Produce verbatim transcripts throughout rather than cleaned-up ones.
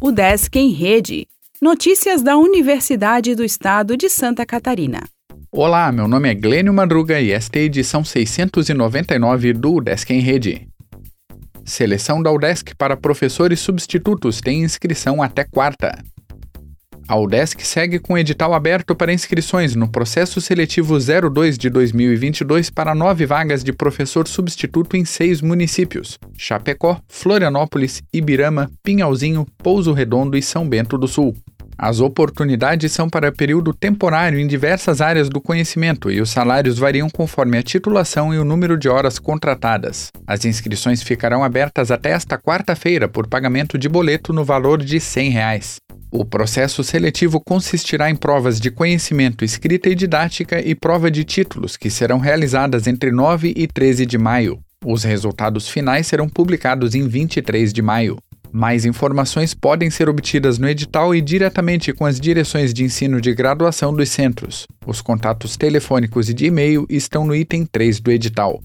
Udesc em Rede. Notícias da Universidade do Estado de Santa Catarina. Olá, meu nome é Glênio Madruga e esta é a edição seiscentos e noventa e nove do Udesc em Rede. Seleção da Udesc para professores substitutos tem inscrição até quarta. A Udesc segue com edital aberto para inscrições no processo seletivo zero dois de dois mil e vinte e dois para nove vagas de professor substituto em seis municípios: Chapecó, Florianópolis, Ibirama, Pinhalzinho, Pouso Redondo e São Bento do Sul. As oportunidades são para período temporário em diversas áreas do conhecimento e os salários variam conforme a titulação e o número de horas contratadas. As inscrições ficarão abertas até esta quarta-feira por pagamento de boleto no valor de cem reais. O processo seletivo consistirá em provas de conhecimento, escrita e didática e prova de títulos, que serão realizadas entre nove e treze de maio. Os resultados finais serão publicados em vinte e três de maio. Mais informações podem ser obtidas no edital e diretamente com as direções de ensino de graduação dos centros. Os contatos telefônicos e de e-mail estão no item três do edital.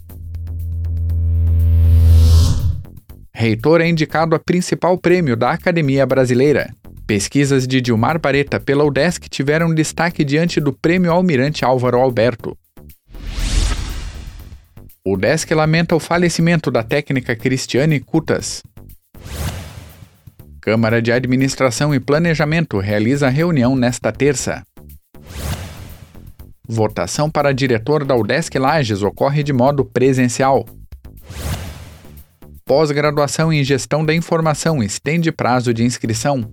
Reitor é indicado a principal prêmio da Academia Brasileira. Pesquisas de Dilmar Bareta pela Udesc tiveram destaque diante do Prêmio Almirante Álvaro Alberto. O Udesc lamenta o falecimento da técnica Cristiane Cutas. Câmara de Administração e Planejamento realiza reunião nesta terça. Votação para diretor da Udesc Lages ocorre de modo presencial. Pós-graduação em Gestão da Informação estende prazo de inscrição.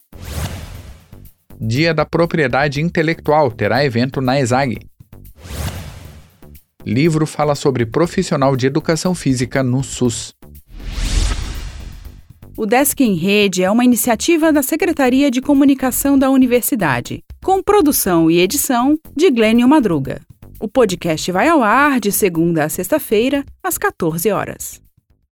Dia da Propriedade Intelectual terá evento na ESAG. Livro fala sobre profissional de educação física no SUS. O Udesc em Rede é uma iniciativa da Secretaria de Comunicação da Universidade, com produção e edição de Glênio Madruga. O podcast vai ao ar de segunda a sexta-feira, às quatorze horas.